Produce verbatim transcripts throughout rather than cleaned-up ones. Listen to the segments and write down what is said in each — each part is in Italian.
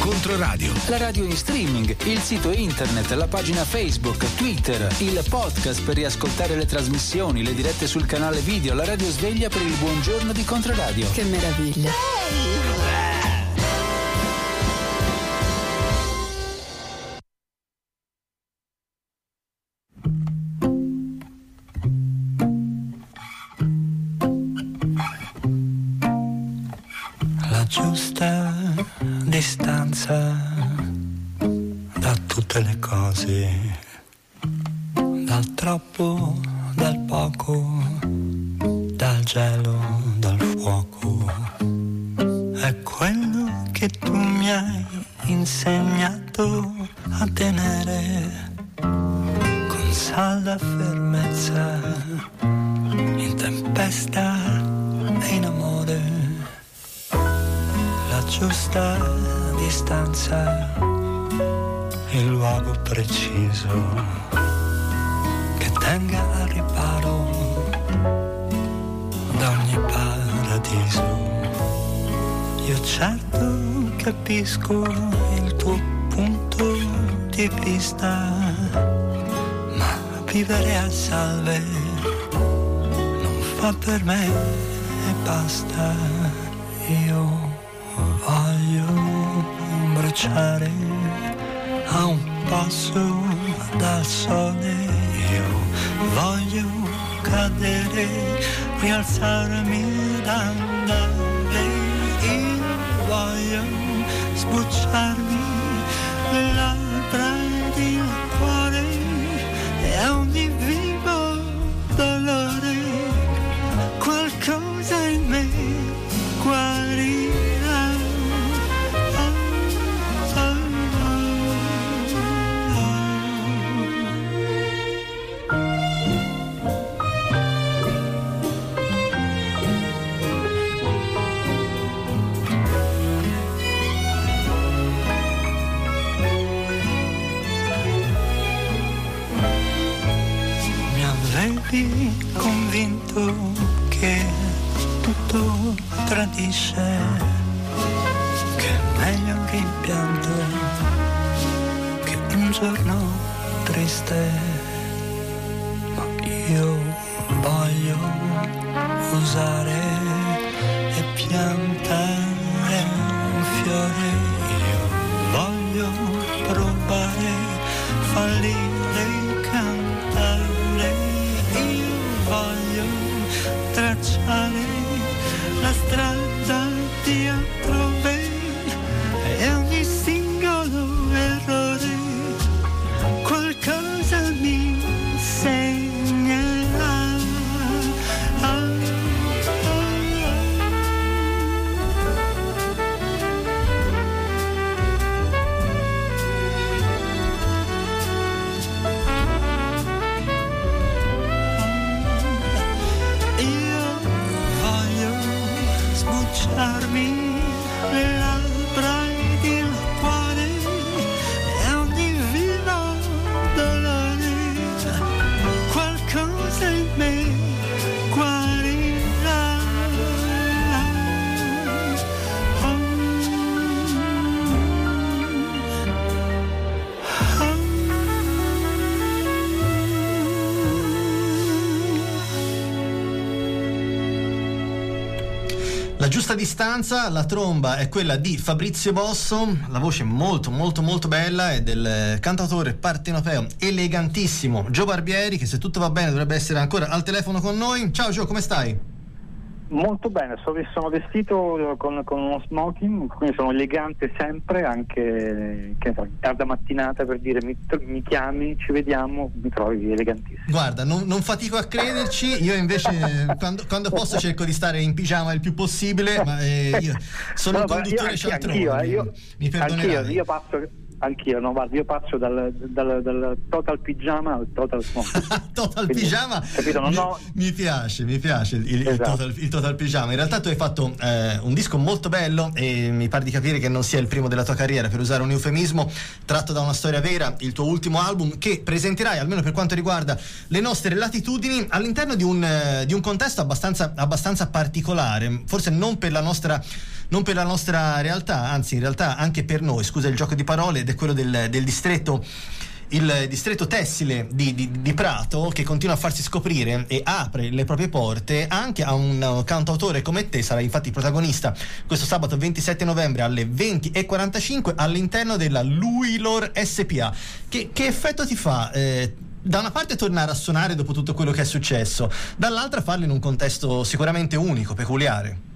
Controradio. La radio in streaming, il sito internet, la pagina Facebook, Twitter, il podcast per riascoltare le trasmissioni, le dirette sul canale video, la radio sveglia per il buongiorno di Controradio. Che meraviglia. Giusta distanza da tutte le cose, dal troppo, dal poco, dal gelo, dal fuoco. È quello che tu mi hai insegnato a tenere con salda fermezza in tempesta e in amore. La giusta distanza, il luogo preciso che tenga al riparo da ogni paradiso. Io certo capisco il tuo punto di vista, ma vivere a salve non fa per me e basta. Io voglio bruciare a un passo dal sole, io voglio cadere, rialzarmi dall'andare, io voglio sbucciarmi le labbra ed il cuore e a ogni vivo dolore qualcosa in me guarirà. Convinto che tutto tradisce, che è meglio un rimpianto che un giorno triste, ma io voglio usare e piantare un fiore, io voglio provare, fallire, cantare. Voglio tracciare la strada di altrove e ogni singolo errore qualcosa mi insegnerà. Sbucciarmi le labbra ed il cuore e ogni vivo dolore qualcosa in me guarirà. Oh, oh. La giusta distanza, la tromba è quella di Fabrizio Bosso, la voce molto molto molto bella è del cantautore partenopeo elegantissimo Gio Barbieri, che se tutto va bene dovrebbe essere ancora al telefono con noi. Ciao Gio, come stai? Molto bene, so, sono vestito con, con uno smoking, quindi sono elegante sempre, anche che so, tarda mattinata, per dire mi, mi chiami, ci vediamo, mi trovi elegantissimo. Guarda, non, non fatico a crederci, io invece quando, quando posso cerco di stare in pigiama il più possibile, ma eh, io sono no, un conduttore cialtrone, eh, io, mi perdonerai. Anch'io, io passo... Anch'io, no, guarda, io passo dal, dal, dal total pigiama al total smoking. Total Quindi, pigiama, capito, non mi, ho... mi piace, mi piace il, il, esatto. total, il total pigiama. In realtà tu hai fatto eh, un disco molto bello e mi pare di capire che non sia il primo della tua carriera, per usare un eufemismo, tratto da una storia vera, il tuo ultimo album che presenterai, almeno per quanto riguarda le nostre latitudini, all'interno di un, eh, di un contesto abbastanza, abbastanza particolare, forse non per la nostra non per la nostra realtà, anzi in realtà anche per noi, scusa il gioco di parole, ed è quello del, del distretto il distretto tessile di, di, di Prato, che continua a farsi scoprire e apre le proprie porte anche a un cantautore come te. Sarà infatti protagonista questo sabato ventisette novembre alle venti e quarantacinque all'interno della Luilor S P A. Che, che effetto ti fa eh, da una parte tornare a suonare dopo tutto quello che è successo, dall'altra farlo in un contesto sicuramente unico, peculiare?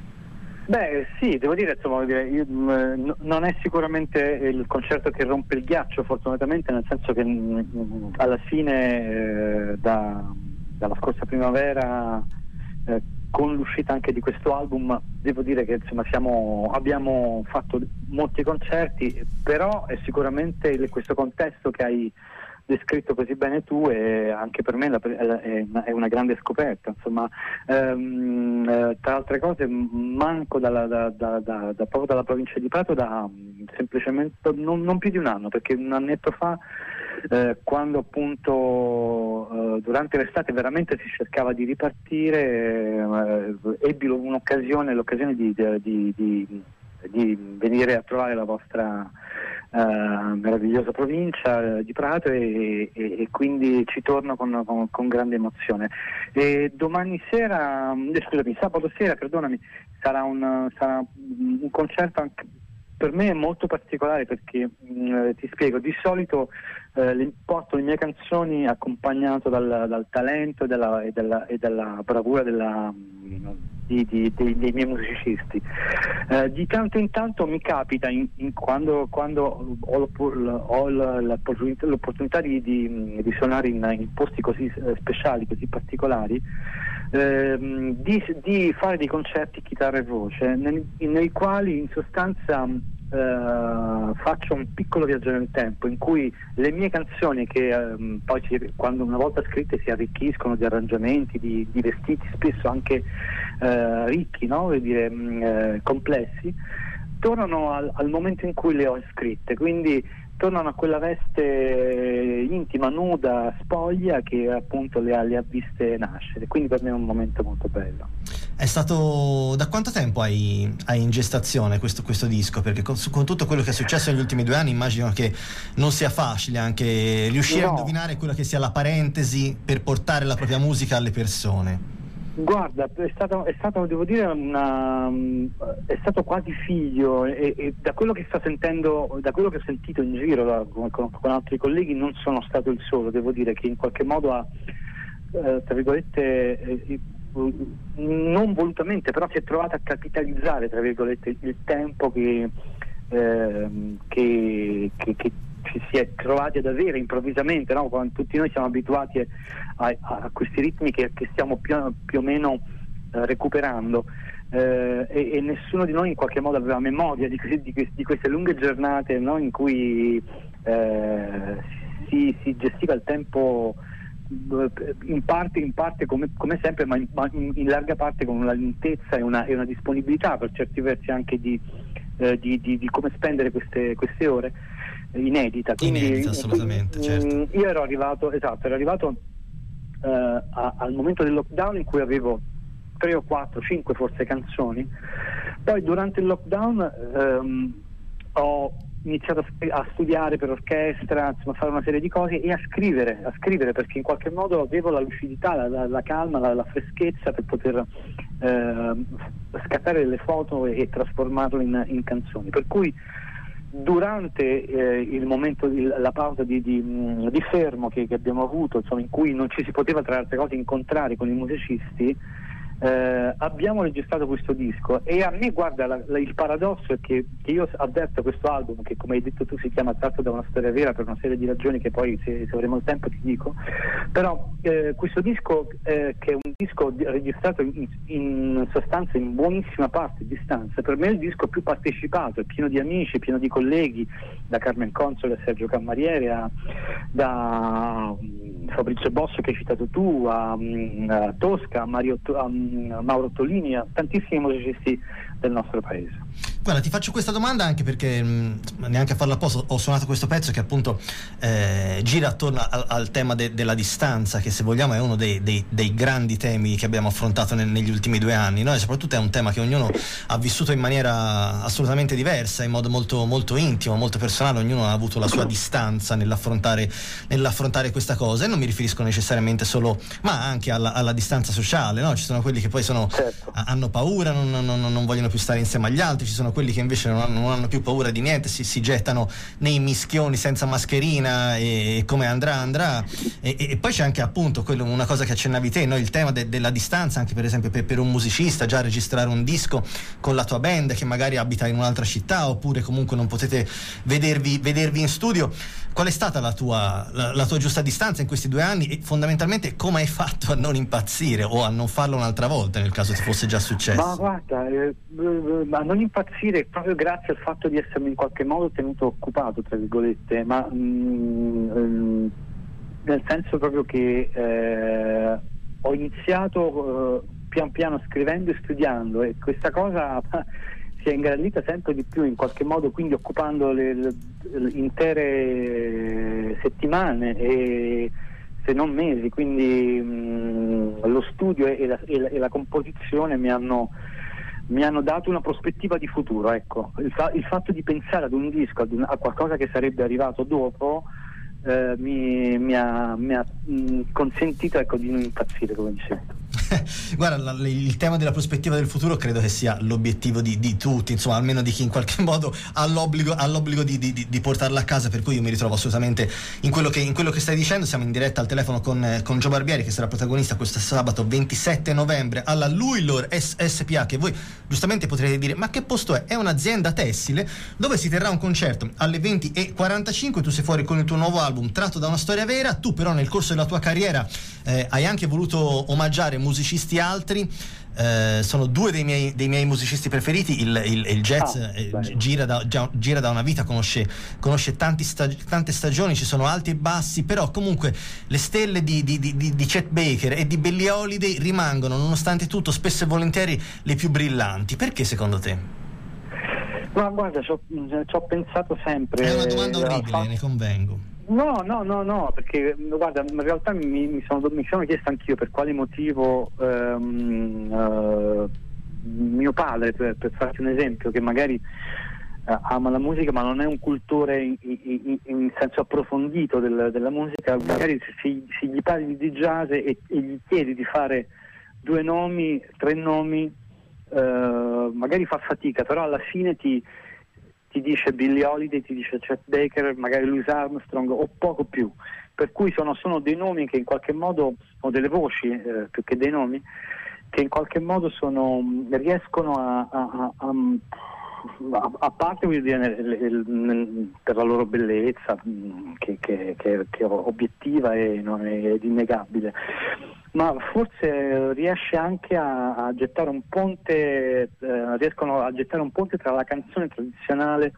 Beh sì, devo dire, insomma, io, mh, non è sicuramente il concerto che rompe il ghiaccio, fortunatamente, nel senso che mh, alla fine eh, da, dalla scorsa primavera, eh, con l'uscita anche di questo album, devo dire che insomma siamo, abbiamo fatto molti concerti, però è sicuramente il, questo contesto che hai descritto così bene tu, e anche per me è una grande scoperta, insomma. Ehm, tra altre cose manco dalla, da, da, da, da, proprio dalla provincia di Prato da semplicemente non, non più di un anno, perché un annetto fa, eh, quando appunto eh, durante l'estate veramente si cercava di ripartire, eh, ebbi un'occasione l'occasione di, di, di, di venire a trovare la vostra Uh, meravigliosa provincia uh, di Prato, e, e, e quindi ci torno con, con, con grande emozione. E domani sera, eh, scusami, sabato sera, perdonami, sarà un, sarà un concerto anche per me molto particolare, perché mh, ti spiego, di solito eh, porto le mie canzoni accompagnato dal, dal talento e dalla, e, dalla, e dalla bravura della, di, di, dei, dei miei musicisti. Eh, di tanto in tanto mi capita, in, in, quando, quando ho, ho l'opportunità, l'opportunità di, di, di suonare in, in posti così eh, speciali, così particolari, Ehm, di, di fare dei concerti chitarra e voce, nei, nei quali in sostanza eh, faccio un piccolo viaggio nel tempo, in cui le mie canzoni, che ehm, poi si, quando una volta scritte si arricchiscono di arrangiamenti, di, di vestiti spesso anche eh, ricchi, no? Vuol dire, mh, eh, complessi, tornano al, al momento in cui le ho scritte, quindi tornano a quella veste intima, nuda, spoglia, che appunto le ha, le ha viste nascere. Quindi per me è un momento molto bello. È stato, da quanto tempo hai, hai in gestazione questo, questo disco? Perché con, con tutto quello che è successo negli ultimi due anni immagino che non sia facile anche riuscire no. a indovinare quella che sia la parentesi per portare la propria musica alle persone. Guarda, è stato, è stato devo dire, una, è stato quasi figlio, e, e da quello che sto sentendo, da quello che ho sentito in giro da, con, con altri colleghi, non sono stato il solo. Devo dire che in qualche modo ha, eh, tra virgolette, eh, non volutamente, però si è trovato a capitalizzare, tra virgolette, il tempo che, eh, che, che, che ci si è trovati ad avere improvvisamente, no? Quando tutti noi siamo abituati a, a questi ritmi che, che stiamo più, più o meno eh, recuperando, eh, e, e nessuno di noi in qualche modo aveva memoria di, di, di queste lunghe giornate, no? In cui eh, si, si gestiva il tempo in parte, in parte come, come sempre, ma in, in, in larga parte con una lentezza e una, e una disponibilità per certi versi anche di, eh, di, di, di come spendere queste, queste ore. Inedita, quindi, inedita assolutamente, quindi, certo. Io ero arrivato, esatto, ero arrivato uh, a, al momento del lockdown in cui avevo tre o quattro, cinque forse canzoni. Poi durante il lockdown um, ho iniziato a, a studiare per orchestra, insomma, a fare una serie di cose e a scrivere, a scrivere perché in qualche modo avevo la lucidità, la, la, la calma, la, la freschezza per poter uh, scattare delle foto e, e trasformarle in, in canzoni. Per cui durante eh, il momento di, la pausa di, di, di fermo che, che abbiamo avuto, insomma, in cui non ci si poteva tra le altre cose incontrare con i musicisti, eh, abbiamo registrato questo disco. E a me, guarda, la, la, il paradosso è che, che io avverto questo album, che come hai detto tu si chiama Tratto da una storia vera per una serie di ragioni che poi se, se avremo il tempo ti dico, però eh, questo disco eh, che è un disco registrato in, in sostanza in buonissima parte a distanza, per me è il disco più partecipato, è pieno di amici, pieno di colleghi, da Carmen Consoli a Sergio Cammariere, a, da um, Fabrizio Bosso che hai citato tu, a, um, a Tosca, a, Mario, a um, Mauro Tolini, a tantissimi musicisti del nostro paese. Guarda, ti faccio questa domanda anche perché mh, neanche a farla apposta ho suonato questo pezzo che appunto eh, gira attorno al, al tema de, della distanza, che se vogliamo è uno dei, dei, dei grandi temi che abbiamo affrontato nel, negli ultimi due anni, no? E soprattutto è un tema che ognuno ha vissuto in maniera assolutamente diversa, in modo molto, molto intimo, molto personale. Ognuno ha avuto la sua distanza nell'affrontare, nell'affrontare questa cosa, e non mi riferisco necessariamente solo, ma anche alla, alla distanza sociale, no? Ci sono quelli che poi sono, certo. hanno paura, non, non, non vogliono più stare insieme agli altri, ci sono quelli che invece non hanno, non hanno più paura di niente, si, si gettano nei mischioni senza mascherina e, e come andrà andrà e, e poi c'è anche appunto quello, una cosa che accennavi te, no? Il tema de, della distanza, anche per esempio per, per un musicista già registrare un disco con la tua band che magari abita in un'altra città, oppure comunque non potete vedervi, vedervi in studio. Qual è stata la tua, la, la tua giusta distanza in questi due anni e fondamentalmente come hai fatto a non impazzire o a non farlo un'altra volta nel caso ti fosse già successo? Ma guarda, eh, ma non impazzire proprio grazie al fatto di essermi in qualche modo tenuto occupato, tra virgolette, ma mh, nel senso proprio che eh, ho iniziato eh, pian piano scrivendo e studiando, e questa cosa si è ingrandita sempre di più in qualche modo, quindi occupando le, le, le intere settimane e se non mesi, quindi mh, lo studio e la, e, la, e la composizione mi hanno mi hanno dato una prospettiva di futuro, ecco. Il, fa- il fatto di pensare ad un disco, ad un- a qualcosa che sarebbe arrivato dopo, eh, mi, mi ha, mi ha mh, consentito, ecco, di non impazzire, come dicevo. Guarda, la, il tema della prospettiva del futuro credo che sia l'obiettivo di, di tutti, insomma, almeno di chi in qualche modo ha l'obbligo, ha l'obbligo di, di, di portarla a casa, per cui io mi ritrovo assolutamente in quello che, in quello che stai dicendo. Siamo in diretta al telefono con, con Gio Barbieri, che sarà protagonista questo sabato ventisette novembre alla Luilor S P A, che voi giustamente potrete dire ma che posto è? È un'azienda tessile dove si terrà un concerto alle venti e quarantacinque. Tu sei fuori con il tuo nuovo album tratto da una storia vera. Tu però nel corso della tua carriera eh, hai anche voluto omaggiare musicisti altri. Eh, sono due dei miei, dei miei musicisti preferiti. Il, il, il jazz ah, eh, gira, da, già, gira da una vita, conosce, conosce tanti stag- tante stagioni, ci sono alti e bassi, però comunque le stelle di, di, di, di Chet Baker e di Billie Holiday rimangono nonostante tutto spesso e volentieri le più brillanti. Perché secondo te? Ma guarda, ci ho, ci ho pensato sempre. È una domanda orribile, fatto... ne convengo. No, no, no, no, perché guarda, in realtà mi, mi, sono, mi sono chiesto anch'io per quale motivo ehm, eh, mio padre, per, per farti un esempio, che magari eh, ama la musica ma non è un cultore in, in, in senso approfondito del, della musica, magari se, se gli parli di jazz e, e gli chiedi di fare due nomi, tre nomi, eh, magari fa fatica, però alla fine ti ti dice Billie Holiday, ti dice Chet Baker, magari Louis Armstrong o poco più, per cui sono, sono dei nomi che in qualche modo, o delle voci eh, più che dei nomi, che in qualche modo sono, riescono a, a, a, a, a parte voglio dire, per la loro bellezza che, che, che, che è obiettiva e non è, ed innegabile, ma forse riesce anche a, a gettare un ponte, eh, riescono a gettare un ponte tra la canzone tradizionale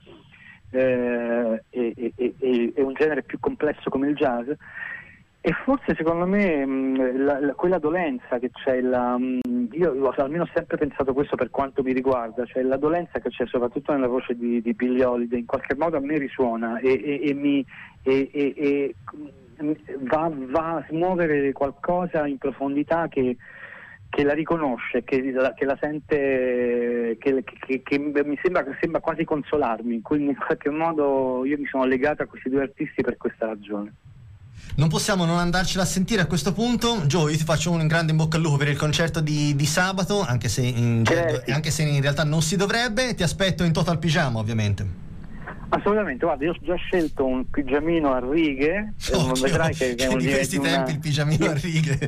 eh, e, e, e, e un genere più complesso come il jazz. E forse secondo me mh, la, la, quella dolenza che c'è, la, mh, io ho almeno sempre pensato questo per quanto mi riguarda, cioè la dolenza che c'è soprattutto nella voce di, di Billie Holiday, in qualche modo a me risuona e, e, e mi e, e, e va, va a smuovere qualcosa in profondità che, che la riconosce, che la, che la sente, che, che, che mi sembra, sembra quasi consolarmi, quindi in qualche modo io mi sono legato a questi due artisti per questa ragione. Non possiamo non andarcela a sentire a questo punto. Gio, io ti faccio un grande in bocca al lupo per il concerto di, di sabato, anche se, in, certo. anche se in realtà non si dovrebbe. Ti aspetto in Total Pigiama, ovviamente. Assolutamente, guarda, io ho già scelto un pigiamino a righe. Occhio, vedrai che, che è un di questi una... tempi il pigiamino a righe.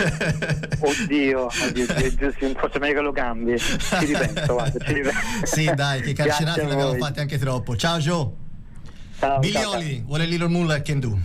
Oddio, oddio, oddio, forse meglio che lo cambi. Ci ripenso, guarda, ci ripenso. Sì, dai, che carcerati ne abbiamo fatti anche troppo. Ciao Gio. Ciao, Billie ciao, Holiday, What a Little Moonlight Can Do.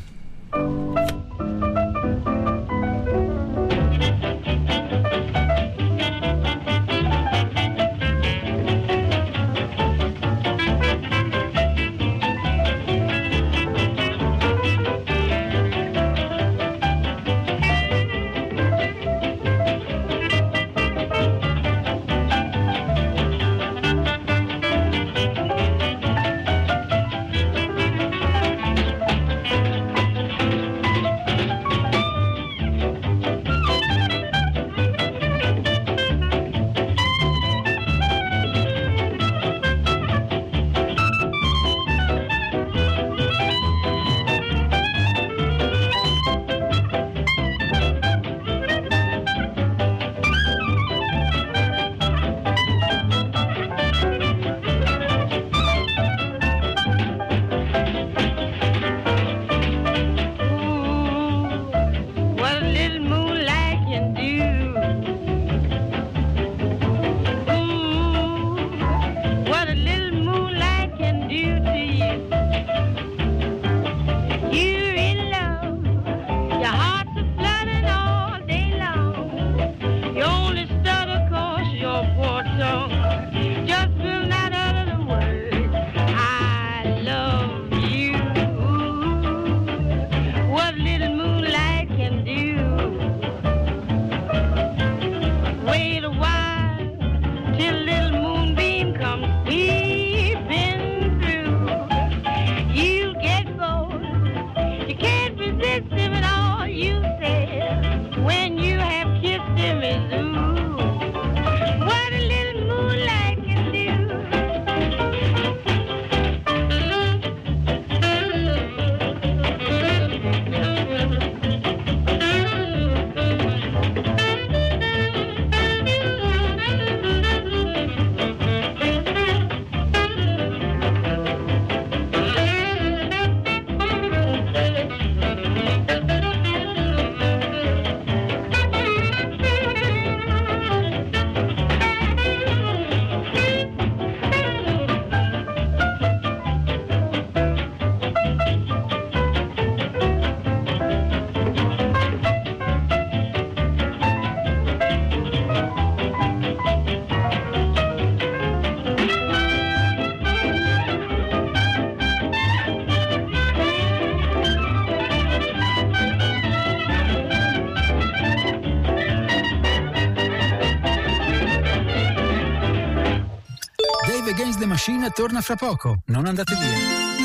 Rave Against the Machine torna fra poco. Non andate via.